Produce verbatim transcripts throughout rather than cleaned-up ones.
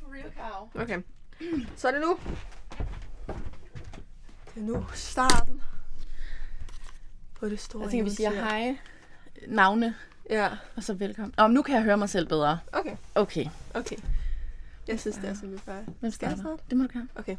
real cow. Okay. Så er det nu. Det er nu starten på det store. Jeg tænker, vi siger hej, navne, ja, og så velkommen. Og nu kan jeg høre mig selv bedre. Okay. Okay. Okay. Jeg synes, det er sådan lidt færdigt. Hvem Skal jeg starter? starte? Det må du gerne. Okay.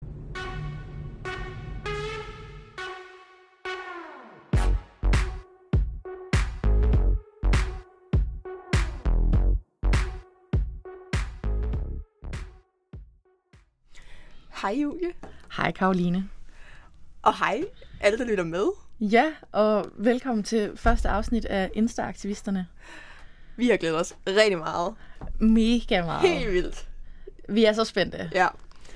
Hej Julie. Hej Karoline. Og hej alle, der lytter med. Ja, og velkommen til første afsnit af Insta-aktivisterne. Vi har glædet os rigtig meget. Mega meget. Helt vildt. Vi er så spændte. Ja.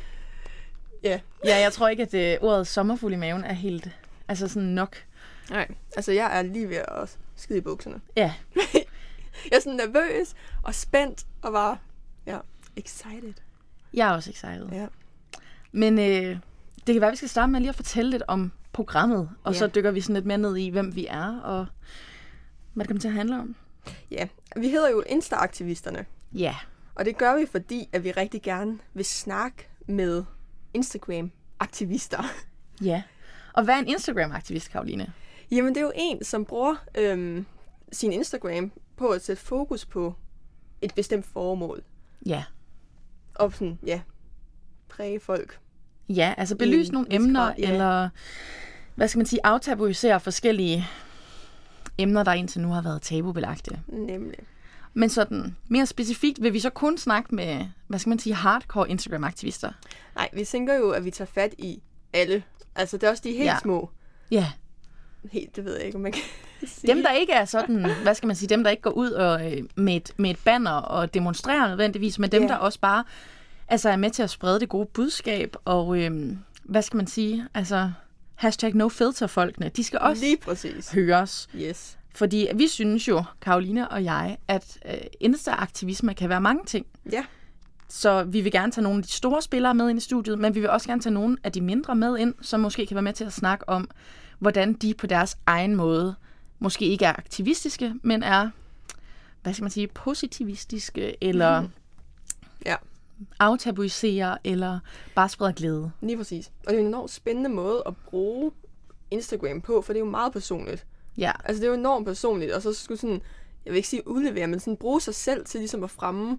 Ja. Ja, jeg tror ikke, at uh, ordet sommerfugl i maven er helt altså sådan nok. Nej, altså jeg er lige ved at skide i bukserne. Ja. Jeg er sådan nervøs og spændt og bare, ja, excited. Jeg er også excited. Ja. Men øh, det kan være, at vi skal starte med lige at fortælle lidt om programmet, og ja. så dykker vi sådan lidt mere ned i, hvem vi er, og hvad det kommer til at handle om. Ja, vi hedder jo Insta-aktivisterne. Ja. Og det gør vi, fordi at vi rigtig gerne vil snakke med Instagram-aktivister. Ja. Og hvad er en Instagram-aktivist, Karoline? Jamen, det er jo en, som bruger øhm, sin Instagram på at sætte fokus på et bestemt formål. Ja. Og sådan, ja, præge folk. Ja, altså belyse nogle emner, grad, ja. Eller hvad skal man sige, aftabuisere forskellige emner, der indtil nu har været tabubelagte. Nemlig. Men sådan mere specifikt vil vi så kun snakke med, hvad skal man sige, hardcore Instagram-aktivister. Nej, vi tænker jo, at vi tager fat i alle. Altså, det er også de helt ja. små. Ja. Helt, det ved jeg ikke, om man kan sige. Dem, der ikke er sådan, hvad skal man sige, dem, der ikke går ud og, øh, med, et, med et banner og demonstrerer nødvendigvis, men dem, yeah. der også bare altså, er med til at sprede det gode budskab, og øh, hvad skal man sige, altså hashtag no filter folkene, de skal også lige præcis høres. Yes. Fordi vi synes jo, Karoline og jeg, at øh, Insta-aktivisme kan være mange ting. Ja. Yeah. Så vi vil gerne tage nogle af de store spillere med ind i studiet, men vi vil også gerne tage nogle af de mindre med ind, som måske kan være med til at snakke om, hvordan de på deres egen måde måske ikke er aktivistiske, men er, hvad skal man sige, positivistiske, eller mm. ja. aftabuiserer, eller bare spreder glæde. Lige præcis. Og det er en enormt spændende måde at bruge Instagram på, for det er jo meget personligt. Ja. Altså det er jo enormt personligt, og så skulle sådan, jeg vil ikke sige udlevere, men sådan bruge sig selv til ligesom at fremme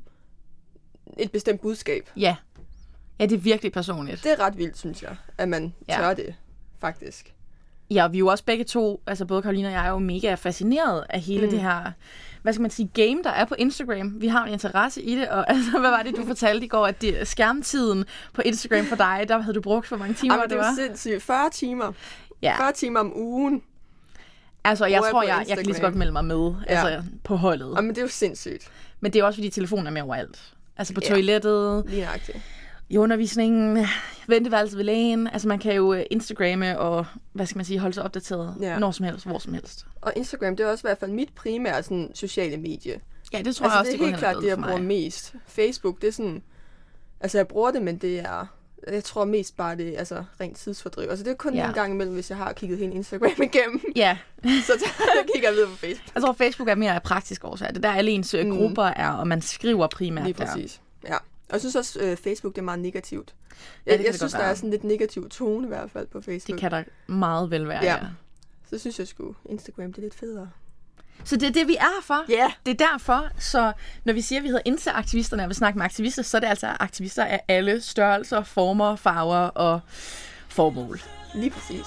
et bestemt budskab. Ja. Ja, det er virkelig personligt. Det er ret vildt, synes jeg, at man ja. tør det, faktisk. Ja, vi er jo også begge to, altså både Karoline og jeg er jo mega fascineret af hele mm. det her, hvad skal man sige, game, der er på Instagram. Vi har en interesse i det, og altså, hvad var det, du fortalte i går, at det, skærmtiden på Instagram for dig, der havde du brugt for mange timer, Jamen, det var? det var sindssygt. fyrre timer. Ja. fyrre timer om ugen. Altså, jeg tror, jeg, jeg kan lige så godt melde mig med ja. altså, på holdet. Jamen, det er jo sindssygt. Men det er også, fordi telefonen er med overalt. Altså på ja. toilettet. Lige nøjagtigt. I undervisningen, venteværelset ved lægen. Altså man kan jo Instagramme og, hvad skal man sige, holde sig opdateret ja. når som helst, hvor som helst. Og Instagram, det er også i hvert fald mit primære sådan, sociale medie. Ja, det tror altså, jeg også, det er det helt klart det, jeg bruger mest. Facebook, det er sådan, altså jeg bruger det, men det er, jeg tror mest bare det altså rent tidsfordriv. Altså det er kun ja. en gang imellem, hvis jeg har kigget hele Instagram igennem. Ja. Så der kigger jeg videre på Facebook. Jeg tror, Facebook er mere praktisk årsag. Det der alle ens mm. grupper er, og man skriver primært lige præcis. Der. Ja. Og jeg synes også, at Facebook det er meget negativt. Ja, jeg jeg synes, der være. er sådan lidt negativ tone i hvert fald på Facebook. Det kan der meget vel være, ja. ja. Så synes jeg sgu, Instagram det er lidt federe. Så det er det, vi er her for. Ja. Yeah. Det er derfor, så når vi siger, at vi hedder Insta-aktivisterne, og vi snakker med aktivister, så er det altså aktivister af alle størrelser, former, farver og formål. Lige præcis.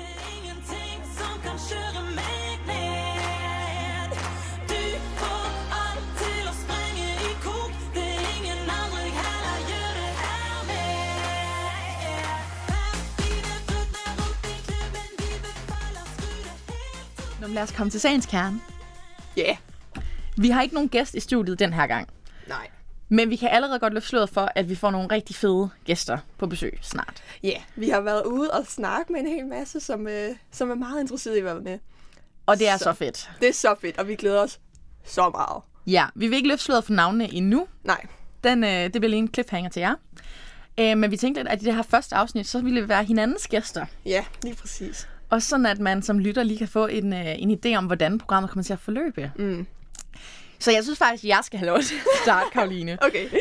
Nå, lad os komme til sagens kerne. Ja. Yeah. Vi har ikke nogen gæst i studiet den her gang. Nej. Men vi kan allerede godt løfte sløret for, at vi får nogle rigtig fede gæster på besøg snart. Ja, yeah. Vi har været ude og snakke med en hel masse, som, øh, som er meget interesseret i at være med. Og det er så, så fedt. Det er så fedt, og vi glæder os så meget. Ja, vi vil ikke løfte sløret for navnene endnu. Nej. Den, øh, det bliver lige en cliffhanger til jer. Øh, men vi tænkte, at i det her første afsnit, så ville vi være hinandens gæster. Ja, lige præcis. Og sådan, at man som lytter lige kan få en, øh, en idé om, hvordan programmet kommer til at forløbe. Mm. Så jeg synes faktisk, at jeg skal have lov til at starte, Karoline. Okay.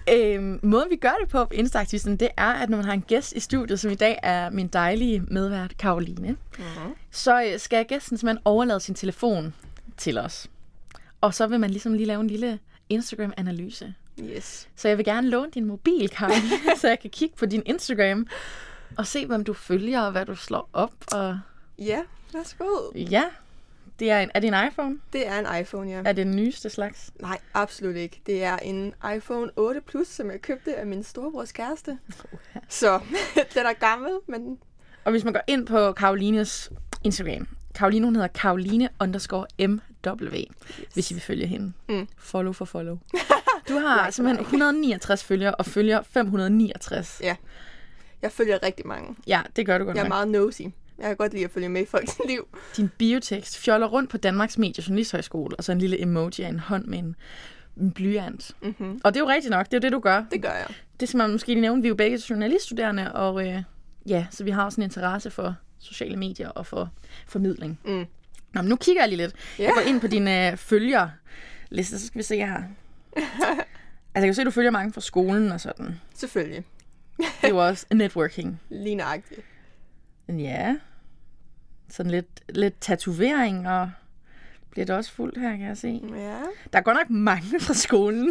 øhm, måden vi gør det på på Instaaktivisten, det er, at når man har en gæst i studiet, som i dag er min dejlige medvært, Karoline, mm-hmm. så øh, skal gæsten simpelthen overlade sin telefon til os. Og så vil man ligesom lige lave en lille Instagram-analyse. Yes. Så jeg vil gerne låne din mobil, Karoline, så jeg kan kigge på din Instagram og se, hvem du følger og hvad du slår op. Og... Ja, værsgo. Ja, det er, en, er det en iPhone? Det er en iPhone, ja. Er det den nyeste slags? Nej, absolut ikke. Det er en iPhone otte Plus, som jeg købte af min storebrors kæreste. Okay. Så den er gammel, men... Og hvis man går ind på Karolines Instagram, Karoline, hun hedder Karoline underscore M W, yes. hvis I vil følge hende. Mm. Follow for follow. Du har like simpelthen et hundrede og niogtres følgere og følger fem hundrede og niogtres. Ja, jeg følger rigtig mange. Ja, det gør du godt. Jeg er nok. meget nosy. Jeg kan godt lide at følge med i folks liv. Din biotekst fjoller rundt på Danmarks Medie- og Journalisthøjskole, og så en lille emoji af en hånd med en, en blyant. Mm-hmm. Og det er jo rigtigt nok, det er jo det, du gør. Det gør jeg. Det skal man måske lige nævne, vi er jo begge journaliststuderende, og øh, ja, så vi har også en interesse for sociale medier og for formidling. Mm. Nå, men nu kigger jeg lige lidt. Yeah. Jeg går ind på dine øh, følgerliste, så skal vi se her. Altså, jeg kan se, at du følger mange fra skolen og sådan. Selvfølgelig. Det er jo også networking. Lige nøjagtigt. Ja. Sådan lidt, lidt tatovering, og bliver det også fuldt her, kan jeg se. Ja. Der er godt nok mange fra skolen.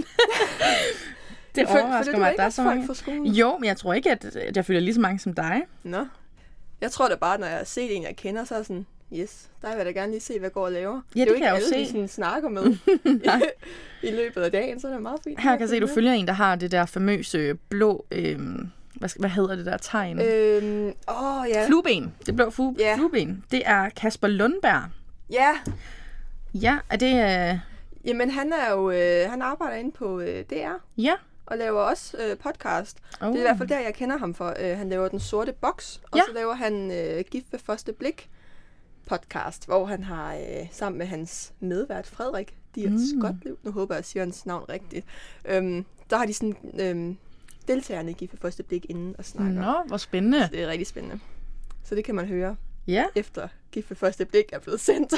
Det overrasker mig, at der er så mange fra skolen. Jo, men jeg tror ikke, at jeg følger lige så mange som dig. Nå. Jeg tror da bare, når jeg har set en, jeg kender, så er sådan, yes, der vil jeg da gerne lige se, hvad jeg går og laver. Ja, det, det er jo kan ikke jeg alle, jo se. Vi snakker med i, i løbet af dagen, så er det meget fint. Her kan jeg se, at du følger en, der har det der famøse blå, øhm, hvad, hvad hedder det der tegn? Øhm, åh, ja. Flueben. Det blå fu- ja. flueben. Det er Kasper Lundberg. Ja. Ja, er det... Øh... Jamen, han er jo, øh, han arbejder inde på øh, D R. Ja. Og laver også øh, podcast. Oh. Det er i hvert fald der, jeg kender ham for. Øh, han laver Den Sorte Boks, og ja. så laver han øh, Gift ved første blik podcast, hvor han har øh, sammen med hans medvært Frederik Diers mm. Godtliv, nu håber jeg, at jeg siger hans navn rigtigt, øhm, der har de sådan øhm, deltagerne i Gift ved første blik inden og snakker. Nå, hvor spændende. Så det er rigtig spændende. Så det kan man høre, ja. efter Gift ved første blik er blevet sendt.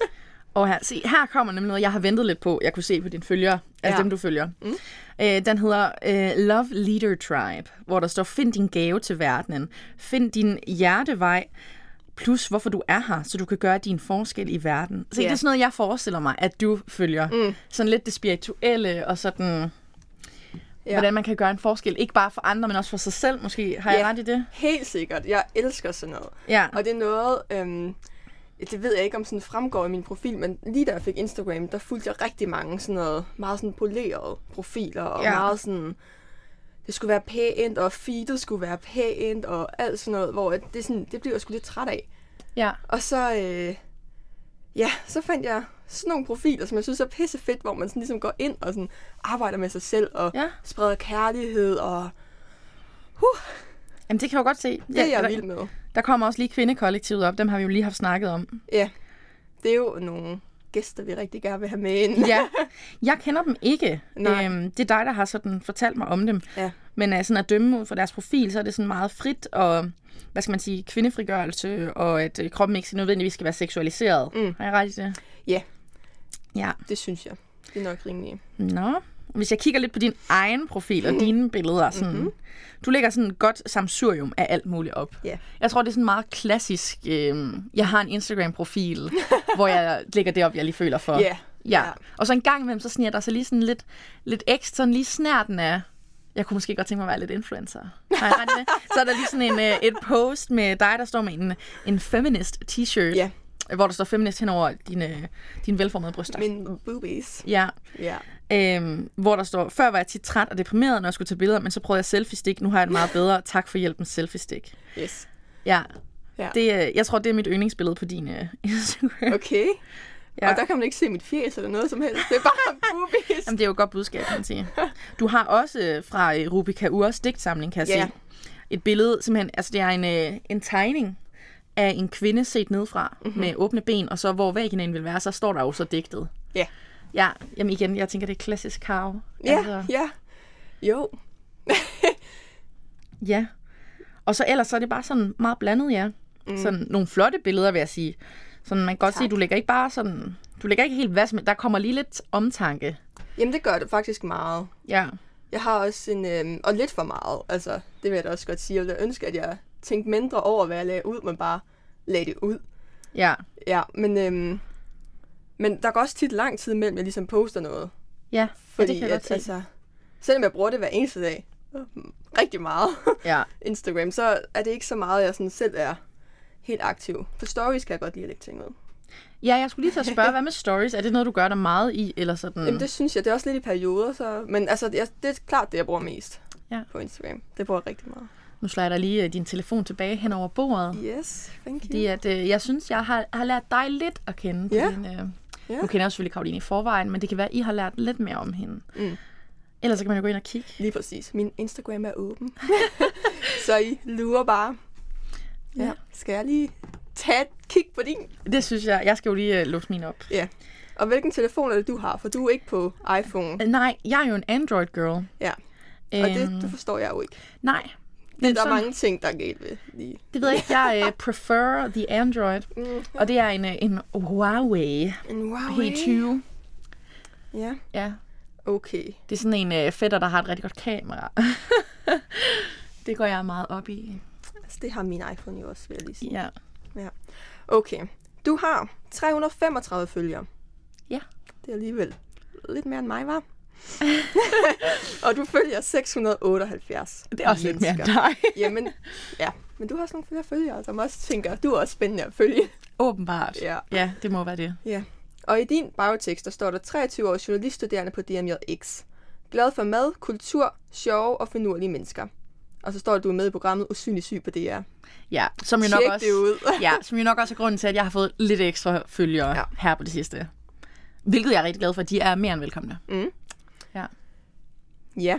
Og her, se, her kommer nemlig noget, jeg har ventet lidt på, jeg kunne se på dine følgere, altså ja. dem, du følger. Mm. Øh, den hedder øh, Love Leader Tribe, hvor der står, find din gave til verdenen, find din hjertevej, plus hvorfor du er her, så du kan gøre din forskel i verden. Så yeah. det er sådan noget, jeg forestiller mig, at du følger. Mm. Sådan lidt det spirituelle, og sådan, ja. hvordan man kan gøre en forskel. Ikke bare for andre, men også for sig selv, måske. Har ja. jeg ret i det? Helt sikkert. Jeg elsker sådan noget. Ja. Og det er noget... Øhm det ved jeg ikke, om sådan fremgår i min profil, men lige da jeg fik Instagram, der fulgte jeg rigtig mange sådan noget, meget sådan polerede profiler, og ja. meget sådan, det skulle være pænt, og feedet skulle være pænt, og alt sådan noget, hvor det, sådan, det blev jeg sgu lidt træt af. Ja. Og så, øh, ja, så fandt jeg sådan nogle profiler, som jeg synes er pisse fedt, hvor man sådan ligesom går ind og sådan arbejder med sig selv, og ja. spreder kærlighed, og huh. Jamen, det kan jeg jo godt se. Det er jeg der, vild med. Der kommer også lige kvindekollektivet op. Dem har vi jo lige haft snakket om. Ja, det er jo nogle gæster, vi rigtig gerne vil have med ind. Ja, jeg kender dem ikke. Øhm, det er dig, der har sådan fortalt mig om dem. Ja. Men uh, sådan at dømme ud fra deres profil, så er det sådan meget frit og, hvad skal man sige, kvindefrigørelse, og at uh, kroppen ikke nødvendigvis skal være seksualiseret. Mm. Har jeg ret i det? Ja. Ja, det synes jeg. Det er nok rimeligt. Nå. Hvis jeg kigger lidt på din egen profil og mm. dine billeder, sådan, mm-hmm. du lægger sådan et godt samsurium af alt muligt op. Yeah. Jeg tror, det er sådan meget klassisk. Øh, jeg har en Instagram-profil, hvor jeg lægger det op, jeg lige føler for. Yeah. Ja. Yeah. Og så en gang imellem, så sniger der så lige sådan lidt, lidt ekstra, sådan lige snærten af, jeg kunne måske godt tænke mig at være lidt influencer. Nej, nej, det. Så er der lige sådan en, et post med dig, der står med en, en feminist t-shirt. Yeah. Hvor der står feminist hen over dine, dine velformede bryster. Min boobies. Ja. Ja. Øhm, hvor der står, før var jeg tit træt og deprimeret, når jeg skulle tage billeder, men så prøvede jeg selfie-stik. Nu har jeg det meget bedre. Tak for hjælpen, selfie-stik. Yes. Ja. ja. Det, jeg tror, det er mit yndlingsbillede på din uh, Instagram. Okay. Ja. Og der kan man ikke se mit fjes eller noget som helst. Det er bare boobies. Jamen, det er jo et godt budskab, kan man sige. Du har også fra uh, Ruby Kaurs digtsamling, kan jeg yeah. se, et billede, simpelthen, altså det er en, uh, en tegning af en kvinde set nedefra mm-hmm. med åbne ben, og så hvor væggen vil være, så står der jo så digtet. Ja. Yeah. Ja, jamen igen, jeg tænker, det er klassisk Karo. Ja, altså. ja. Jo. Ja. Og så ellers så er det bare sådan meget blandet, ja. Mm. Sådan nogle flotte billeder, vil jeg sige. Sådan, man kan godt tak. se, du lægger ikke bare sådan, du lægger ikke helt hvad som, der kommer lige lidt omtanke. Jamen, det gør det faktisk meget. Ja. Jeg har også en, øhm, og lidt for meget, altså det vil jeg da også godt sige. Jeg ville ønske, at jeg tænkte mindre over, hvad jeg lagde ud, men bare lagde det ud. Ja. Ja, men, øhm, men der går også tit lang tid mellem, jeg ligesom poster noget. Ja, fordi ja, det kan jeg at, altså, selvom jeg bruger det hver eneste dag, rigtig meget, ja. Instagram, så er det ikke så meget, jeg sådan selv er helt aktiv. På stories kan jeg godt lide at lægge ting ud. Ja, jeg skulle lige til at spørge, hvad med stories? Er det noget, du gør dig meget i, eller sådan? Jamen, det synes jeg. Det er også lidt i perioder, så... Men altså, det er, det er klart det, jeg bruger mest ja. på Instagram. Det bruger jeg rigtig meget. Nu slår jeg dig lige din telefon tilbage hen over bordet. Yes, thank you. Fordi at, øh, jeg synes, jeg har, har lært dig lidt at kende. På yeah. din, øh, yeah. Nu kender jeg selvfølgelig Karoline i forvejen, men det kan være, at I har lært lidt mere om hende. Mm. Ellers så kan man jo gå ind og kigge. Lige præcis. Min Instagram er åben. Så I lurer bare. Ja. ja. Skal jeg lige tage et kig på din? Det synes jeg. Jeg skal jo lige uh, låse min op. Ja. Og hvilken telefon er det, du har? For du er ikke på iPhone. Uh, nej, jeg er jo en Android-girl. Ja. Og um, det, det forstår jeg jo ikke. Nej. Men der er mange ting, der er galt ved lige. Det ved jeg ikke. Jeg uh, prefer the Android. Mm, ja. Og det er en, uh, en Huawei. En Huawei? P tyve. Ja. Ja. Okay. Det er sådan en uh, fætter, der har et rigtig godt kamera. Det går jeg meget op i. Altså, det har min iPhone jo også, vil jeg lige sige. Ja. Ja. Okay. Du har tre hundrede og femogtredive følgere. Ja. Det er alligevel lidt mere end mig, var. Og du følger seks hundrede og otteoghalvfjerds. Det er også mennesker. Lidt mere end dig. Jamen, ja. Men du har også nogle flere følgere, som også tænker, du er også spændende at følge. Åbenbart. Ja. Ja, det må være det. Ja. Og i din biotekst, der står der treogtyve års journaliststuderende på D M J X. Glad for mad, kultur, sjove og finurlige mennesker. Og så står der, du er med i programmet Usynlig Syg på D R. Ja, som jo Check nok også, det ud. ja, som jo nok også er grunden til, at jeg har fået lidt ekstra følgere ja. her på det sidste. Hvilket jeg er rigtig glad for, at de er mere end velkomne. Mm. Ja. Ja.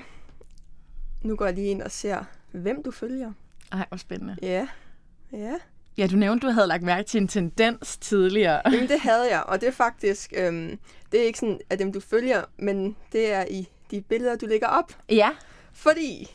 Nu går jeg lige ind og ser, hvem du følger. Ej, hvor spændende. Ja. Ja. Ja, du nævnte, du havde lagt mærke til en tendens tidligere. Jamen, det havde jeg, og det er faktisk, øhm, det er ikke sådan, at dem du følger, men det er i de billeder, du lægger op. Ja. Fordi...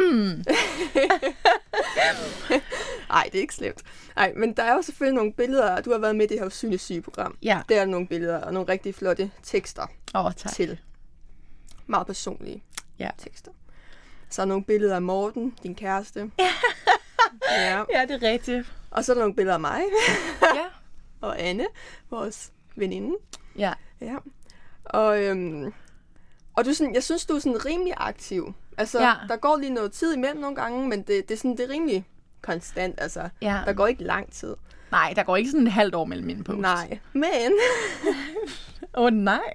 Ej, det er ikke slemt. Nej, men der er jo selvfølgelig nogle billeder, du har været med i det her Usynlig Syg-program. Ja. Der er nogle billeder og nogle rigtig flotte tekster oh, tak. til. Meget personlige ja. tekster. Så er nogle billeder af Morten, din kæreste. ja. ja, det er rigtigt. Og så er der nogle billeder af mig. ja. Og Anne, vores veninde. Ja. Ja. Og, øhm, og du sådan, jeg synes, du er sådan rimelig aktiv. Altså, ja. der går lige noget tid imellem nogle gange, men det, det, er, sådan, det er rimelig konstant. Altså, ja. der går ikke lang tid. Nej, der går ikke sådan et halvt år mellem mine posts. Nej, men... Åh, oh, nej.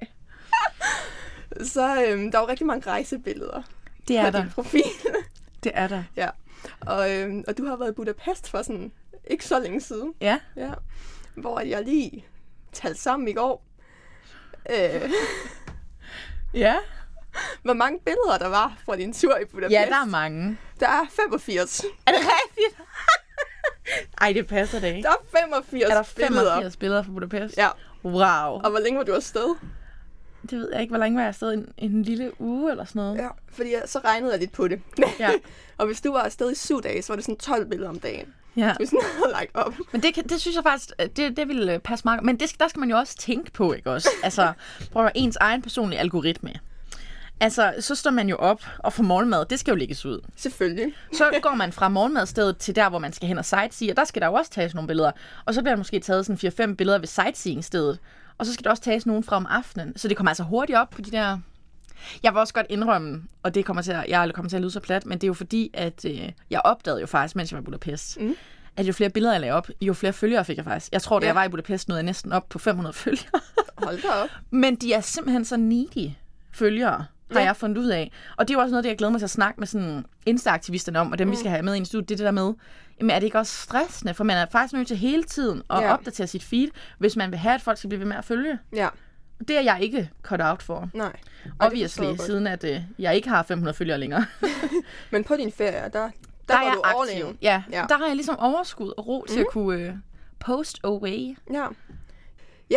Så øhm, der er jo rigtig mange rejsebilleder. Det er på der. din profil. Det er der. Ja. Og, øhm, og du har været i Budapest for sådan ikke så længe siden. Ja. Ja. Hvor jeg lige talte sammen i går. Øh, ja. Hvor mange billeder der var fra din tur i Budapest? Ja, der er mange. Der er femogfirs. Er det rigtigt? Ej, det passer da ikke. Der er femogfirs Er der femogfirs billeder, billeder fra Budapest? Ja. Wow. Og hvor længe var du afsted? Det ved jeg ikke. Hvor længe var jeg afsted? En, en lille uge eller sådan noget? Ja, fordi jeg, så regnede jeg lidt på det. Ja. Og hvis du var afsted i syv dage, så var det sådan tolv billeder om dagen. Ja. Hvis sådan havde lagt op. Men det, kan, det synes jeg faktisk, det, det ville passe meget. Men det, der skal man jo også tænke på, ikke også? Altså, prøv at ens egen personlige algoritme. Altså, så står man jo op og får morgenmad. Det skal jo lægges ud. Selvfølgelig. Så går man fra morgenmadstedet til der, hvor man skal hen og sightsee, og der skal der jo også tages nogle billeder. Og så bliver der måske taget sådan fire fem billeder ved sightseeing-stedet. Og så skal der også tages nogle fra om aftenen. Så det kommer altså hurtigt op på de der... Jeg vil også godt indrømme, og det kommer til at, jeg kommer til at lyde så plat, men det er jo fordi, at øh, jeg opdagede jo faktisk, mens jeg var i Budapest, mm. at jo flere billeder jeg lagde op, jo flere følgere fik jeg faktisk. Jeg tror, da ja. jeg var i Budapest, nåede jeg næsten op på fem hundrede følgere. Hold da op. Men de er simpelthen så needy følgere, har ja. jeg fundet ud af. Og det er jo også noget, det jeg glæder mig til at snakke med sådan Insta-aktivisterne om, og dem, mm. vi skal have med i en studie, det er det der med, jamen er det ikke også stressende? For man er faktisk nødt til hele tiden at ja. opdatere sit feed, hvis man vil have, at folk skal blive ved med at følge. Ja. Det er jeg ikke cut out for. Nej. Obviously, siden at øh, jeg ikke har fem hundrede følgere længere. Men på din ferie, der, der, der var er du aktiv. all in. Ja, ja, der har jeg ligesom overskud og ro mm-hmm. til at kunne øh, post away. Ja. Ja.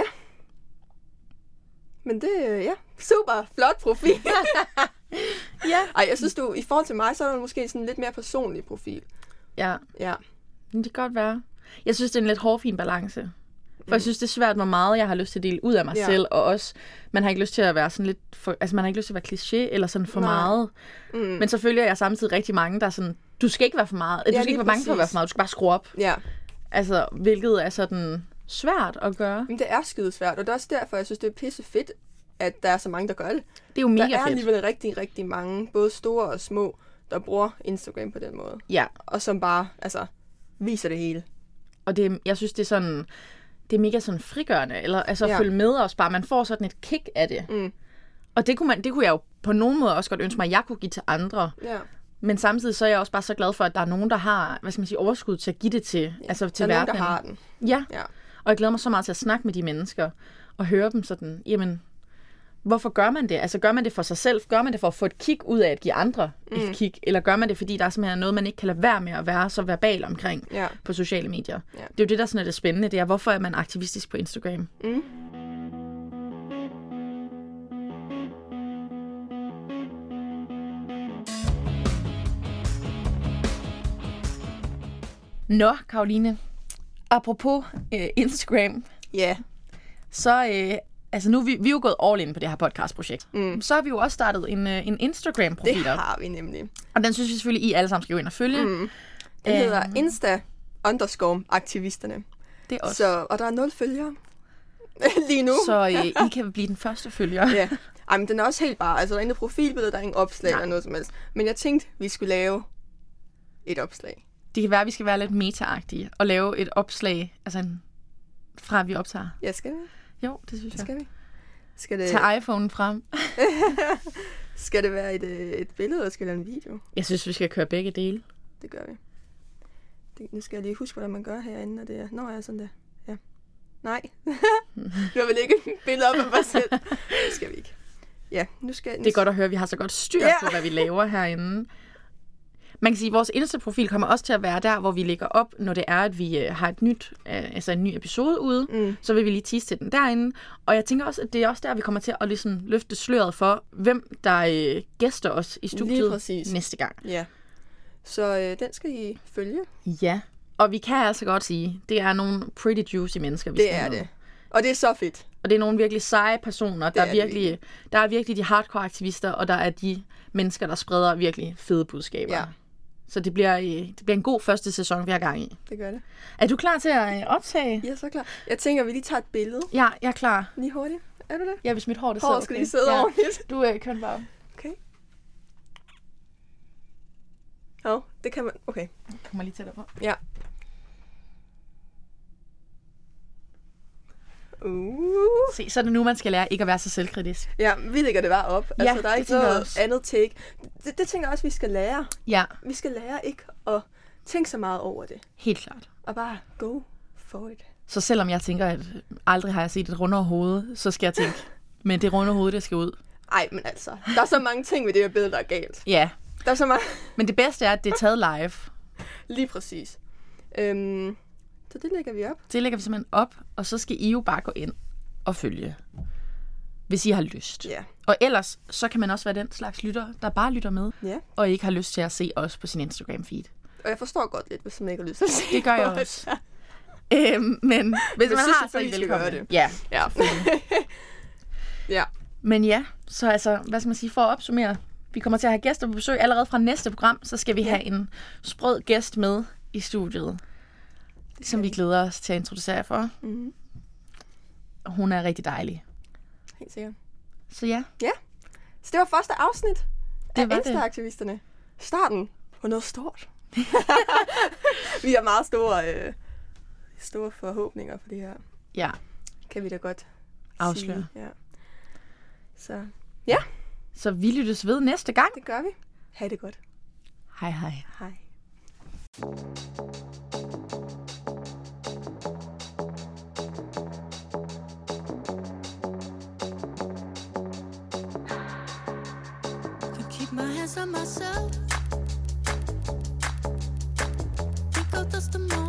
Men det, ja, super flot profil. ja. Ej, jeg synes du, i forhold til mig, så er der måske sådan en lidt mere personlig profil. Ja. Ja. Men det kan godt være. Jeg synes, det er en lidt hårfin balance. For jeg synes, det er svært, hvor meget jeg har lyst til at dele ud af mig ja. selv, og også, man har ikke lyst til at være sådan lidt, for, altså man har ikke lyst til at være kliché, eller sådan for Nej. meget. Mm. Men selvfølgelig er jeg samtidig rigtig mange, der er sådan, du skal ikke være for meget, du ja, skal ikke være bange for at være for meget, du skal bare skrue op. Ja. Altså, hvilket er sådan svært at gøre. Men det er skide svært, og det er også derfor, jeg synes, det er pisse fedt, at der er så mange, der gør det. Det er jo mega fedt. Der er fedt. alligevel rigtig, rigtig mange, både store og små, der bruger Instagram på den måde. Ja. Og som bare, altså, viser det hele. Og det, jeg synes, det er sådan, det er mega sådan frigørende, eller altså ja. følge med os bare, man får sådan et kick af det. Mm. Og det kunne, man, det kunne jeg jo på nogen måde også godt ønske mig, at jeg kunne give til andre. Ja. Men samtidig så er jeg også bare så glad for, at der er nogen, der har, hvad skal man sige, overskud til at give det til, ja. altså til der er verden. Nogen, der har den. Ja. ja, og jeg glæder mig så meget til at snakke med de mennesker, og høre dem sådan, jamen, hvorfor gør man det? Altså gør man det for sig selv? Gør man det for at få et kick ud af at give andre mm. et kick? Eller gør man det, fordi der er simpelthen noget, man ikke kan lade være med at være så verbal omkring ja. på sociale medier? Ja. Det er jo det, der sådan er det spændende, det er, hvorfor er man aktivistisk på Instagram? Mm. Nå, Karoline, apropos øh, Instagram, ja, yeah. så øh, altså nu vi vi er jo gået all in på det her podcastprojekt. Mm. Så har vi jo også startet en øh, en Instagram-profil. Det har vi nemlig. Og den synes vi selvfølgelig, I alle sammen skal gå ind og følge. Mm. Den øh, hedder Insta underscore aktivisterne. Det er også. Så, og der er nul følgere lige nu. Så øh, I kan blive den første følger. Ja. Ej, men den er også helt bare, altså der er ingen profilbillede, der er ingen opslag Nej. eller noget som helst. Men jeg tænkte, vi skulle lave et opslag. Det kan være, at vi skal være lidt meta-agtige og lave et opslag, altså en, fra at vi optager. Ja, skal vi? Jo, det synes det jeg. Skal vi? Skal det... Tag iPhone'en frem. Skal det være et, et billede, eller skal det være en video? Jeg synes, vi skal køre begge dele. Det gør vi. Det, nu skal jeg lige huske, hvordan man gør herinde, og det er... Nå, ja, sådan der. Ja. Nej. Du har vel ikke et billede op af mig selv? Det skal vi ikke. Ja, nu skal... Nu... Det er godt at høre, at vi har så godt styr på, yeah. hvad vi laver herinde. Man kan sige, at vores Insta-profil kommer også til at være der, hvor vi lægger op, når det er, at vi har et nyt, altså en ny episode ude. Mm. Så vil vi lige tease til den derinde. Og jeg tænker også, at det er også der, vi kommer til at ligesom løfte sløret for, hvem der øh, gæster os i studiet næste gang. Ja. Så øh, den skal I følge. Ja. Og vi kan altså godt sige, det er nogle pretty juicy mennesker, vi det skal er det. Og det er så fedt. Og det er nogle virkelig seje personer. Der er, er virkelig, der er virkelig de hardcore aktivister, og der er de mennesker, der spreder virkelig fede budskaber. Ja. Så det bliver, det bliver en god første sæson, vi har gang i. Det gør det. Er du klar til at optage? Ja, så klar. Jeg tænker, vi lige tager et billede. Ja, jeg er klar. Lige hurtigt. Er du det? Ja, hvis mit hår det sidder. Hår skal okay. lige sidde ja. ordentligt. Du øh, kører bare. Okay. Åh, oh, det kan man... Okay. Jeg kommer lige tættere på. Ja. Uh. Se, så er det nu, man skal lære ikke at være så selvkritisk. Ja, vi lægger det bare op. Ja, altså, der er ikke noget andet take. Det, det tænker jeg også, vi skal lære. Ja. Vi skal lære ikke at tænke så meget over det. Helt klart. Og bare go for it. Så selvom jeg tænker, at aldrig har jeg set et rundere hoved, så skal jeg tænke, men det runde hoved, det skal ud. Ej, men altså, der er så mange ting ved det her billede, der er galt. Ja. Der er så mange... Men det bedste er, at det er taget live. Lige præcis. Øhm, så det lægger vi op. Det lægger vi simpelthen op, og så skal I jo bare gå ind og følge, hvis I har lyst. Ja. Og ellers, så kan man også være den slags lytter, der bare lytter med, ja. og ikke har lyst til at se os på sin Instagram-feed. Og jeg forstår godt lidt, hvis man ikke har lyst til at se det. gør jeg også. øhm, men hvis man har, så er I velkommen. Det. Ja, ja. ja. Men ja, så altså, hvad skal man sige, for at opsummere, vi kommer til at have gæster på besøg allerede fra næste program, så skal vi ja. have en sprød gæst med i studiet, som vi glæder os til at introducere for. Mm-hmm. Hun er rigtig dejlig. Helt sikkert. Så ja. Ja, så det var første afsnit det af Insta-aktivisterne. Starten på noget stort. Vi har meget store, øh, store forhåbninger for det her. Ja. Kan vi da godt afsløre. Sige. Ja. Så ja. Så vi lyttes ved næste gang. Det gør vi. Ha' det godt. Hej hej. Hej. My hands on myself. Think of just a moment.